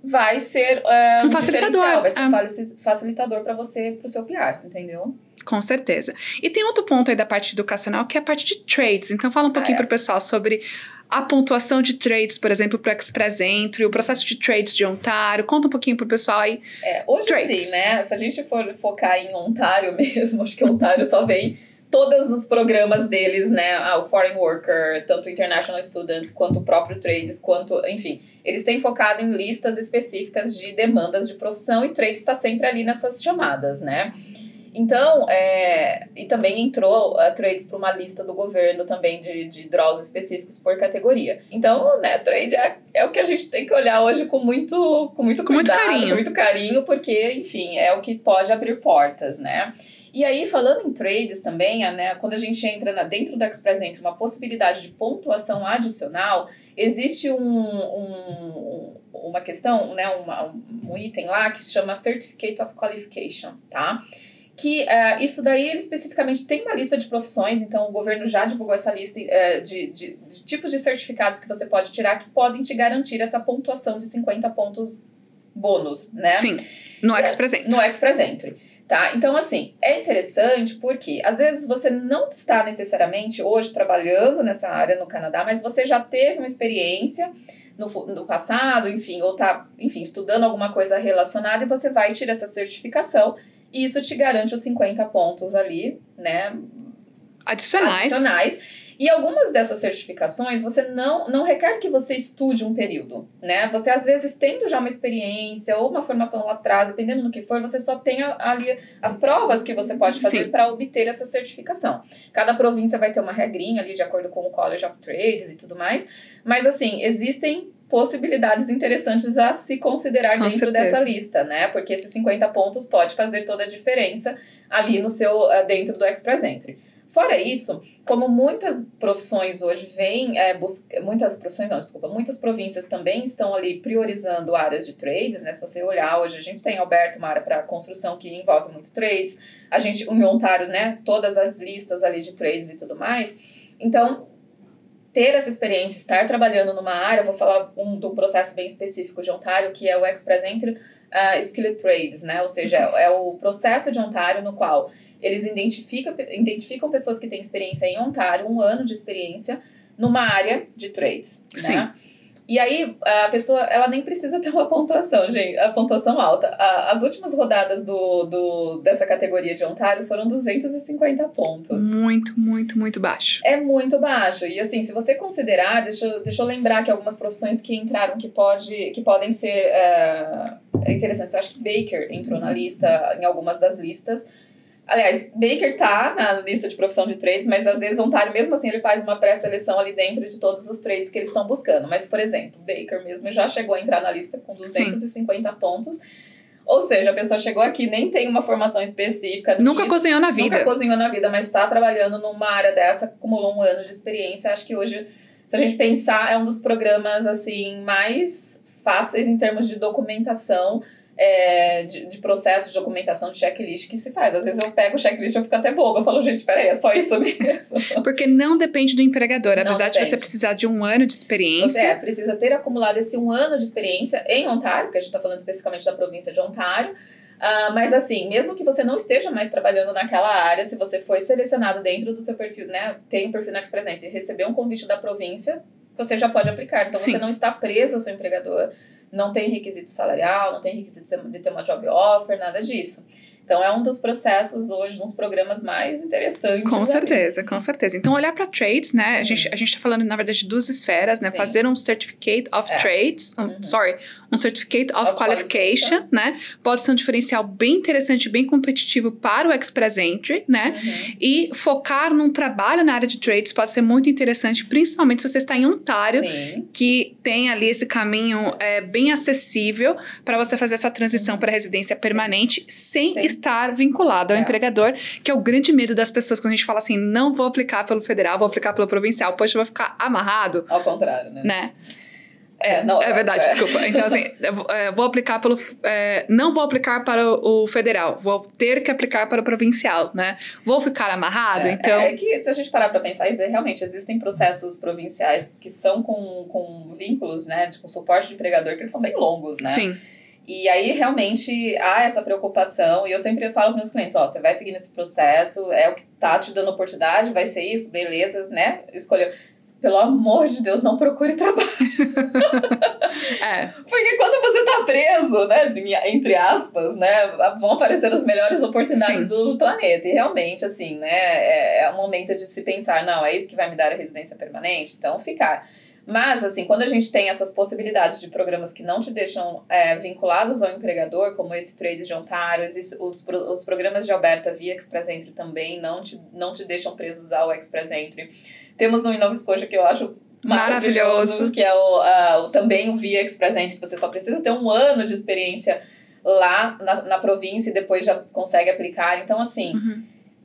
vai ser uh, um facilitador. vai ser é. um facilitador para você, para o seu P R, entendeu? Com certeza. E tem outro ponto aí da parte educacional, que é a parte de trades. Então, fala um pouquinho ah, é. para o pessoal sobre a pontuação de trades, por exemplo, para o Express Entry, o processo de trades de Ontário. Conta um pouquinho para o pessoal aí. É, hoje trades. Sim, né? Se a gente for focar em Ontário mesmo, acho que Ontário só vem todos os programas deles, né? Ah, o Foreign Worker, tanto International Students, quanto o próprio Trades, quanto, enfim, eles têm focado em listas específicas de demandas de profissão e Trades está sempre ali nessas chamadas, né? Então, é, e também entrou a Trades para uma lista do governo também de, de draws específicos por categoria. Então, né, Trade é, é o que a gente tem que olhar hoje com muito, com muito com cuidado, muito carinho. com muito carinho, porque, enfim, é o que pode abrir portas, né? E aí, falando em trades também, né, quando a gente entra na, dentro do Express Entry, uma possibilidade de pontuação adicional, existe um, um, uma questão, né, uma, um item lá que se chama Certificate of Qualification, tá? Que uh, isso daí, ele especificamente tem uma lista de profissões, então o governo já divulgou essa lista uh, de, de, de tipos de certificados que você pode tirar que podem te garantir essa pontuação de cinquenta pontos bônus, né? Sim, no Express Entry. No Express Entry. Tá? Então, assim, é interessante porque às vezes você não está necessariamente hoje trabalhando nessa área no Canadá, mas você já teve uma experiência no, no passado, enfim, ou está, enfim, estudando alguma coisa relacionada e você vai tirar essa certificação e isso te garante os cinquenta pontos ali, né? Adicionais. Adicionais. E algumas dessas certificações, você não, não requer que você estude um período, né? Você, às vezes, tendo já uma experiência ou uma formação lá atrás, dependendo do que for, você só tem ali as provas que você pode fazer para obter essa certificação. Cada província vai ter uma regrinha ali, de acordo com o College of Trades e tudo mais. Mas, assim, existem possibilidades interessantes a se considerar com dentro certeza. Dessa lista, né? Porque esses cinquenta pontos pode fazer toda a diferença ali no seu, dentro do Express Entry. Fora isso, como muitas profissões hoje vêm, é, busca, muitas profissões não, desculpa, muitas províncias também estão ali priorizando áreas de trades, né? Se você olhar hoje, a gente tem em Alberta uma área para construção que envolve muito trades, a gente, em Ontário, né, todas as listas ali de trades e tudo mais. Então, ter essa experiência, estar trabalhando numa área, eu vou falar um, de um processo bem específico de Ontário, que é o Express Entry uh, Skilled Trades, né? Ou seja, é, é o processo de Ontário no qual eles identificam, identificam pessoas que têm experiência em Ontário, um ano de experiência numa área de trades, Sim. né? E aí, a pessoa, ela nem precisa ter uma pontuação, gente, a pontuação alta. A, as últimas rodadas do, do, dessa categoria de Ontário foram duzentos e cinquenta pontos. Muito, muito, muito baixo. É muito baixo. E assim, se você considerar, deixa, eu, deixa eu lembrar que algumas profissões que entraram, que, pode, que podem ser uh, interessantes. Eu acho que Baker entrou na lista, em algumas das listas. Aliás, Baker tá na lista de profissão de trades, mas às vezes Ontário, mesmo assim, ele faz uma pré-seleção ali dentro de todos os trades que eles estão buscando. Mas, por exemplo, Baker mesmo já chegou a entrar na lista com duzentos e cinquenta Sim. pontos. Ou seja, a pessoa chegou aqui, nem tem uma formação específica. Nunca isso, cozinhou na vida. Nunca cozinhou na vida, mas está trabalhando numa área dessa, acumulou um ano de experiência. Acho que hoje, se a gente pensar, é um dos programas assim mais fáceis em termos de documentação, É, de, de processo de documentação de checklist que se faz. Às vezes eu pego o checklist e eu fico até boba. Eu falo, gente, peraí, é só isso mesmo? Porque não depende do empregador. Não apesar depende. de você precisar de um ano de experiência. Você é, precisa ter acumulado esse um ano de experiência em Ontário, que a gente está falando especificamente da província de Ontário. Uh, mas assim, mesmo que você não esteja mais trabalhando naquela área, se você foi selecionado dentro do seu perfil, né, tem um perfil no Express Entry e recebeu um convite da província, você já pode aplicar. Então Sim. você não está preso ao seu empregador. Não tem requisito salarial, não tem requisito de ter uma job offer, nada disso. Então, é um dos processos hoje, um dos programas mais interessantes. Com certeza, ali. com certeza. Então, olhar para trades, né? A, hum. gente, a gente tá falando, na verdade, de duas esferas, né? Sim. Fazer um Certificate of é. Trades, um, uhum. sorry, um Certificate of, of qualification, qualification, né? Pode ser um diferencial bem interessante, bem competitivo para o Express Entry, né? Uhum. E focar num trabalho na área de trades pode ser muito interessante, principalmente se você está em Ontário, Sim. que tem ali esse caminho é, bem acessível para você fazer essa transição uhum. para residência Sim. permanente, sem Sim. estar vinculado ao é. empregador, que é o grande medo das pessoas quando a gente fala assim, não vou aplicar pelo federal, vou aplicar pelo provincial, poxa, eu vou ficar amarrado. Ao contrário, né? né? É, não, é verdade, é. desculpa. Então, assim, eu vou aplicar pelo... É, não vou aplicar para o federal, vou ter que aplicar para o provincial, né? Vou ficar amarrado, é, então... É que se a gente parar para pensar, realmente existem processos provinciais que são com, com vínculos, né, com suporte de empregador, que eles são bem longos, né? Sim. E aí, realmente, há essa preocupação, e eu sempre falo para meus clientes, ó, você vai seguir nesse processo, é o que tá te dando oportunidade, vai ser isso, beleza, né? Escolheu. Pelo amor de Deus, não procure trabalho. É. Porque quando você tá preso, né, entre aspas, né, vão aparecer as melhores oportunidades Sim. do planeta. E realmente, assim, né, é, é um momento de se pensar, não, é isso que vai me dar a residência permanente? Então, ficar. Mas, assim, quando a gente tem essas possibilidades de programas que não te deixam é, vinculados ao empregador, como esse Trade de Ontário, os, os programas de Alberta via Express Entry também não te, não te deixam presos ao Express Entry. Temos um em Nova Escócia que eu acho maravilhoso, maravilhoso. que é o, a, o, também o Via Express Entry, que você só precisa ter um ano de experiência lá na, na província e depois já consegue aplicar. Então, assim... Uhum.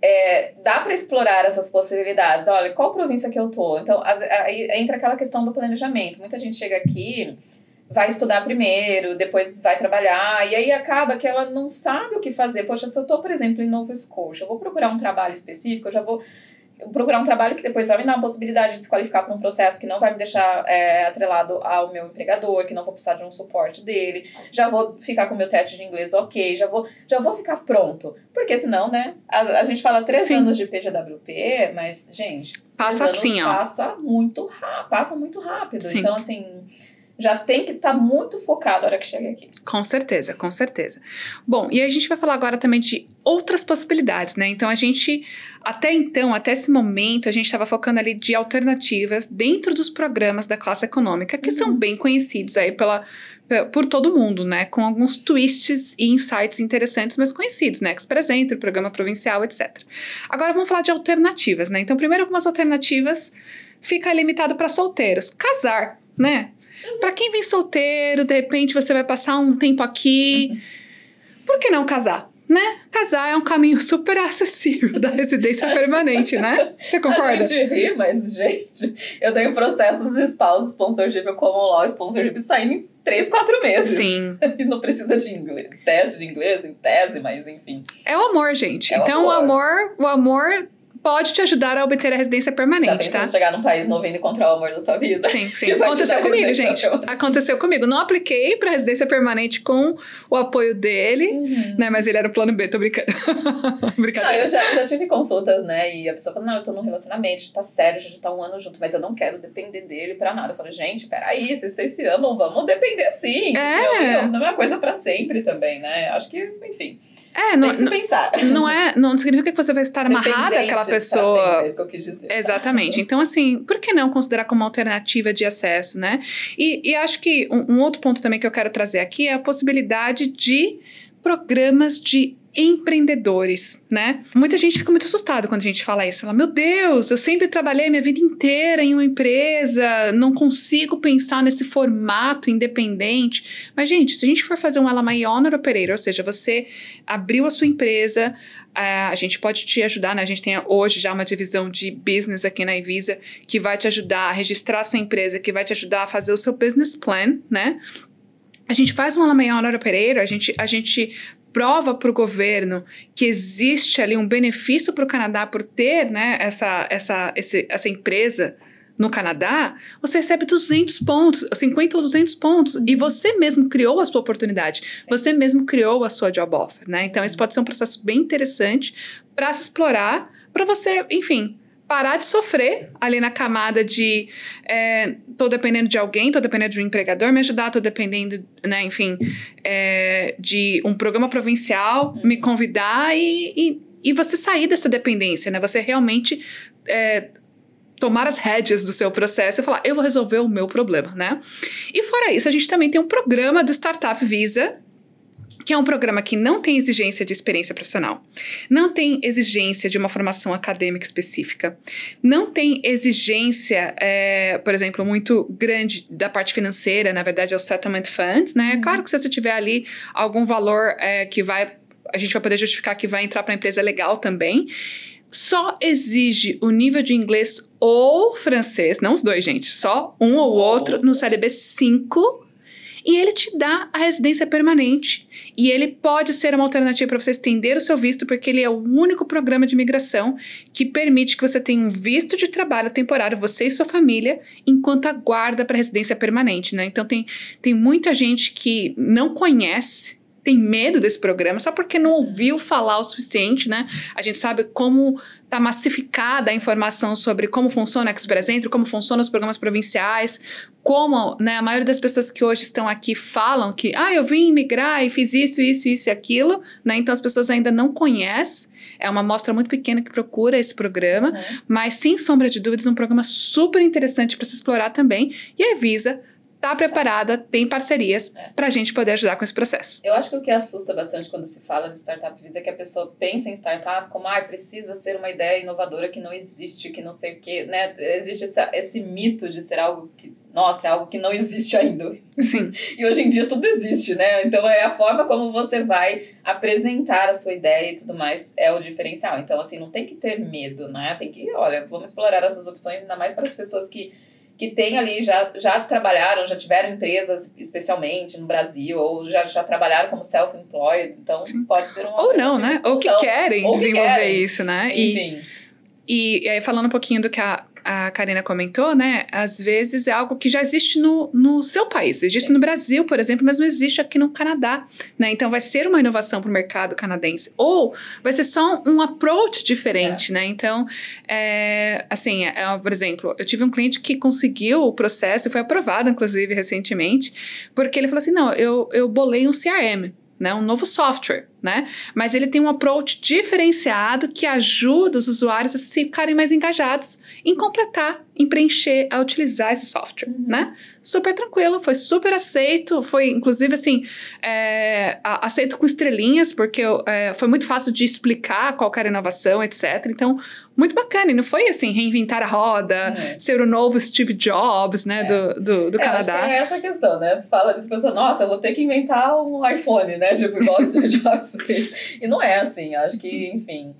É, dá para explorar essas possibilidades. Olha, qual província que eu tô? Então, as, aí entra aquela questão do planejamento. Muita gente chega aqui, vai estudar primeiro, depois vai trabalhar, e aí acaba que ela não sabe o que fazer. Poxa, se eu tô, por exemplo, em Nova Escócia, eu vou procurar um trabalho específico, eu já vou procurar um trabalho que depois vai me dar a possibilidade de se qualificar para um processo que não vai me deixar é, atrelado ao meu empregador, que não vou precisar de um suporte dele, já vou ficar com o meu teste de inglês ok, já vou, já vou ficar pronto. Porque senão, né, a, a gente fala três Sim. anos de P G W P, mas, gente, passa assim, ó. Passa muito, passa muito rápido. Sim. Então, assim... já tem que estar tá muito focado na hora que chega aqui. Com certeza, com certeza. Bom, e a gente vai falar agora também de outras possibilidades, né? Então, a gente, até então, até esse momento, a gente estava focando ali de alternativas dentro dos programas da classe econômica, que uhum. são bem conhecidos aí pela, por todo mundo, né? Com alguns twists e insights interessantes, mas conhecidos, né? Express Entry, Programa Provincial, etcétera. Agora, vamos falar de alternativas, né? Então, primeiro, algumas alternativas fica limitado para solteiros. Casar, né? Pra quem vem solteiro, de repente você vai passar um tempo aqui, uhum. por que não casar, né? Casar é um caminho super acessível da residência permanente, né? Você concorda? A gente ri, mas, gente, eu tenho processos de spouse sponsorship, common law sponsorship saindo em três, quatro meses. Sim. E não precisa de inglês, teste de inglês, em tese, mas enfim. É o amor, gente. É então, o amor, o amor... pode te ajudar a obter a residência permanente, tá? Tá? chegar num país novo e encontrar o amor da tua vida. Sim, sim. Aconteceu comigo, gente. Aconteceu comigo. Não apliquei pra residência permanente com o apoio dele, uhum. né? Mas ele era o plano B, tô brincando. Brincadeira. Não, eu já, já tive consultas, né? E a pessoa fala, não, eu tô num relacionamento, a gente tá sério, a gente tá um ano junto, mas eu não quero depender dele pra nada. Eu falo, gente, peraí, se vocês se amam, vamos depender sim. É. Não, não é uma coisa pra sempre também, né? Acho que, enfim... É, não, tem que se pensar. Não, é, não significa que você vai estar amarrada àquela pessoa. Sempre, é isso que eu quis dizer. Exatamente. Então, assim, por que não considerar como alternativa de acesso, né? E, e acho que um, um outro ponto também que eu quero trazer aqui é a possibilidade de programas de empreendedores, né? Muita gente fica muito assustada quando a gente fala isso. Fala, meu Deus, eu sempre trabalhei minha vida inteira em uma empresa, não consigo pensar nesse formato independente. Mas, gente, se a gente for fazer um L M I Owner Operator, ou seja, você abriu a sua empresa, uh, a gente pode te ajudar, né? A gente tem hoje já uma divisão de business aqui na Evisa que vai te ajudar a registrar a sua empresa, que vai te ajudar a fazer o seu business plan, né? A gente faz um L M I Owner Operator, a gente... A gente prova para o governo que existe ali um benefício para o Canadá por ter, né, essa, essa, esse, essa empresa no Canadá, você recebe duzentos pontos, cinquenta ou duzentos pontos, e você mesmo criou a sua oportunidade, Sim. você mesmo criou a sua job offer, né? Então, esse pode ser um processo bem interessante para se explorar, para você, enfim... parar de sofrer ali na camada de é, tô dependendo de alguém, tô dependendo de um empregador me ajudar, tô dependendo, né, enfim, é, de um programa provincial me convidar e, e, e você sair dessa dependência, né? Você realmente é, tomar as rédeas do seu processo e falar, eu vou resolver o meu problema, né? E fora isso, a gente também tem um programa do Startup Visa, que é um programa que não tem exigência de experiência profissional, não tem exigência de uma formação acadêmica específica, não tem exigência, é, por exemplo, muito grande da parte financeira, na verdade é o Settlement Funds, né? Uhum. Claro que se você tiver ali algum valor é, que vai, a gente vai poder justificar que vai entrar para a empresa legal também, só exige o nível de inglês ou francês, não os dois, gente, só um ou outro no C L B cinco, e ele te dá a residência permanente. E ele pode ser uma alternativa para você estender o seu visto, porque ele é o único programa de imigração que permite que você tenha um visto de trabalho temporário, você e sua família, enquanto aguarda para residência permanente, né? Então, tem, tem muita gente que não conhece, tem medo desse programa, só porque não ouviu falar o suficiente, né? A gente sabe como está massificada a informação sobre como funciona o Express Entry, como funcionam os programas provinciais, como, né, a maioria das pessoas que hoje estão aqui falam que, ah, eu vim imigrar e fiz isso, isso, isso e aquilo, né? Então, as pessoas ainda não conhecem. É uma amostra muito pequena que procura esse programa, uhum. mas, sem sombra de dúvidas, um programa super interessante para se explorar também. E a Evisa está preparada, tem parcerias é. para a gente poder ajudar com esse processo. Eu acho que o que assusta bastante quando se fala de startup Visa é que a pessoa pensa em startup como, ah, precisa ser uma ideia inovadora que não existe, que não sei o quê, né? Existe essa, esse mito de ser algo que, nossa, é algo que não existe ainda. Sim. E hoje em dia tudo existe, né? Então é a forma como você vai apresentar a sua ideia e tudo mais é o diferencial. Então, assim, não tem que ter medo, né? Tem que, olha, vamos explorar essas opções, ainda mais para as pessoas que que tem ali, já, já trabalharam, já tiveram empresas especialmente no Brasil, ou já, já trabalharam como self-employed, então Sim. pode ser uma Ou não, né? Ou que não, querem ou que desenvolver querem. isso, né? Enfim. E, e aí, falando um pouquinho do que a, a Karina comentou, né? Às vezes é algo que já existe no, no seu país. Existe Sim. no Brasil, por exemplo, mas não existe aqui no Canadá, né? Então, vai ser uma inovação para o mercado canadense. Ou vai ser só um approach diferente, é. né? Então, é, assim, é, é, por exemplo, eu tive um cliente que conseguiu o processo, foi aprovado, inclusive, recentemente, porque ele falou assim, não, eu, eu bolei um C R M, né? Um novo software, né? Mas ele tem um approach diferenciado que ajuda os usuários a se ficarem mais engajados em completar, em preencher, a utilizar esse software, uhum. né? Super tranquilo, foi super aceito, foi inclusive assim, é, aceito com estrelinhas, porque é, foi muito fácil de explicar qual era a inovação, etcétera. Então, muito bacana, e não foi assim, reinventar a roda, uhum. ser o novo Steve Jobs, né, é. do, do, do é, Canadá. Acho que é essa a questão, né? Tu fala disso, pessoa, nossa, eu vou ter que inventar um iPhone, né? Tipo, igual o Steve Jobs fez. E não é assim, acho que, enfim,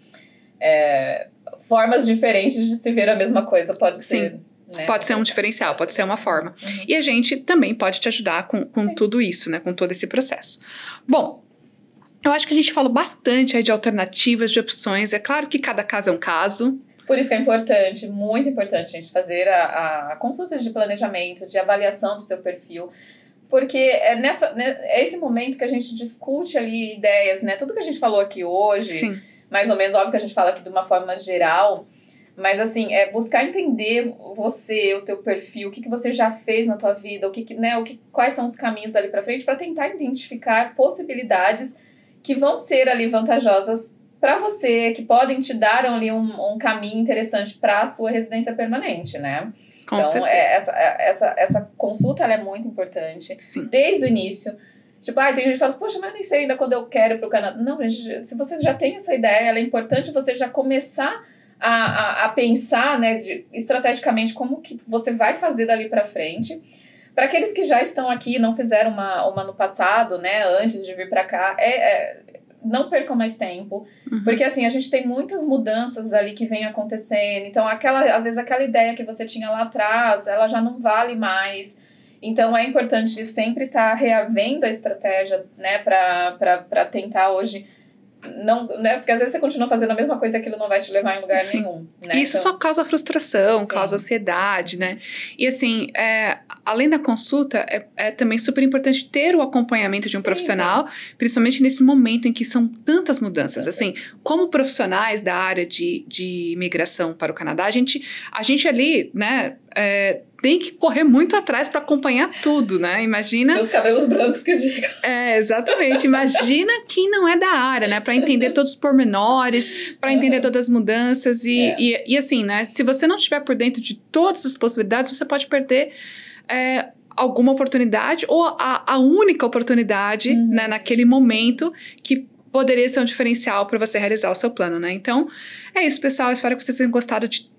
é, formas diferentes de se ver a mesma coisa pode Sim. ser. Né? Pode ser um diferencial, pode ser uma forma. Uhum. E a gente também pode te ajudar com, com tudo isso, né? Com todo esse processo. Bom, eu acho que a gente falou bastante aí de alternativas, de opções. É claro que cada caso é um caso. Por isso que é importante, muito importante, a gente fazer a, a consulta de planejamento, de avaliação do seu perfil. Porque é, nessa, né, é esse momento que a gente discute ali ideias, né? Tudo que a gente falou aqui hoje, Sim. mais ou menos, óbvio que a gente fala aqui de uma forma geral, mas assim, é buscar entender você, o teu perfil, o que, que você já fez na tua vida, o que, que, né, o que, quais são os caminhos ali pra frente, para tentar identificar possibilidades que vão ser ali vantajosas para você, que podem te dar ali um, um caminho interessante para a sua residência permanente, né? Com então, certeza. É, essa, essa, essa consulta ela é muito importante. Sim. Desde o início. Tipo, ah, tem gente que fala, poxa, mas eu nem sei ainda quando eu quero ir pro Canadá. Não, gente, se você já tem essa ideia, ela é importante você já começar a, a, a pensar, né, de, estrategicamente como que você vai fazer dali para frente. Para aqueles que já estão aqui, não fizeram uma, uma no passado, né, antes de vir para cá, é, é, não percam mais tempo. Uhum. Porque, assim, a gente tem muitas mudanças ali que vem acontecendo. Então, aquela, às vezes, aquela ideia que você tinha lá atrás, ela já não vale mais. Então, é importante sempre estar reavendo a estratégia, né, para tentar hoje... Não, né? Porque às vezes você continua fazendo a mesma coisa e aquilo não vai te levar em lugar Sim. nenhum. Né? Isso então... só causa frustração, Sim. causa ansiedade, né? E assim, é, além da consulta, é, é também super importante ter o acompanhamento de um sim, profissional, sim. principalmente nesse momento em que são tantas mudanças. Assim, como profissionais da área de, de imigração para o Canadá, a gente, a gente ali, né... É, tem que correr muito atrás para acompanhar tudo, né? Imagina... Os cabelos brancos que eu digo. É, exatamente. Imagina quem não é da área, né? Para entender todos os pormenores, para entender uhum. todas as mudanças. E, é. e, e assim, né? Se você não estiver por dentro de todas as possibilidades, você pode perder... É, alguma oportunidade ou a, a única oportunidade, uhum. né? Naquele momento que poderia ser um diferencial para você realizar o seu plano, né? Então, é isso, pessoal. Espero que vocês tenham gostado de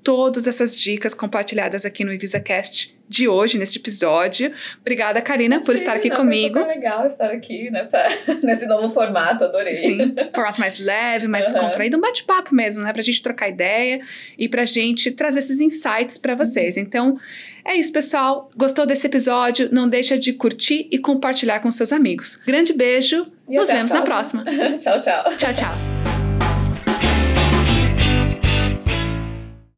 todas essas dicas compartilhadas aqui no EvisaCast de hoje, neste episódio. Obrigada, Karina, por estar aqui não, comigo. Foi super legal estar aqui nessa, nesse novo formato, adorei. Sim, formato mais leve, mais uhum. descontraído, um bate-papo mesmo, né? Pra gente trocar ideia e pra gente trazer esses insights pra vocês. Uhum. Então, é isso, pessoal. Gostou desse episódio? Não deixa de curtir e compartilhar com seus amigos. Grande beijo, e nos vemos na próxima. tchau, tchau. Tchau, tchau.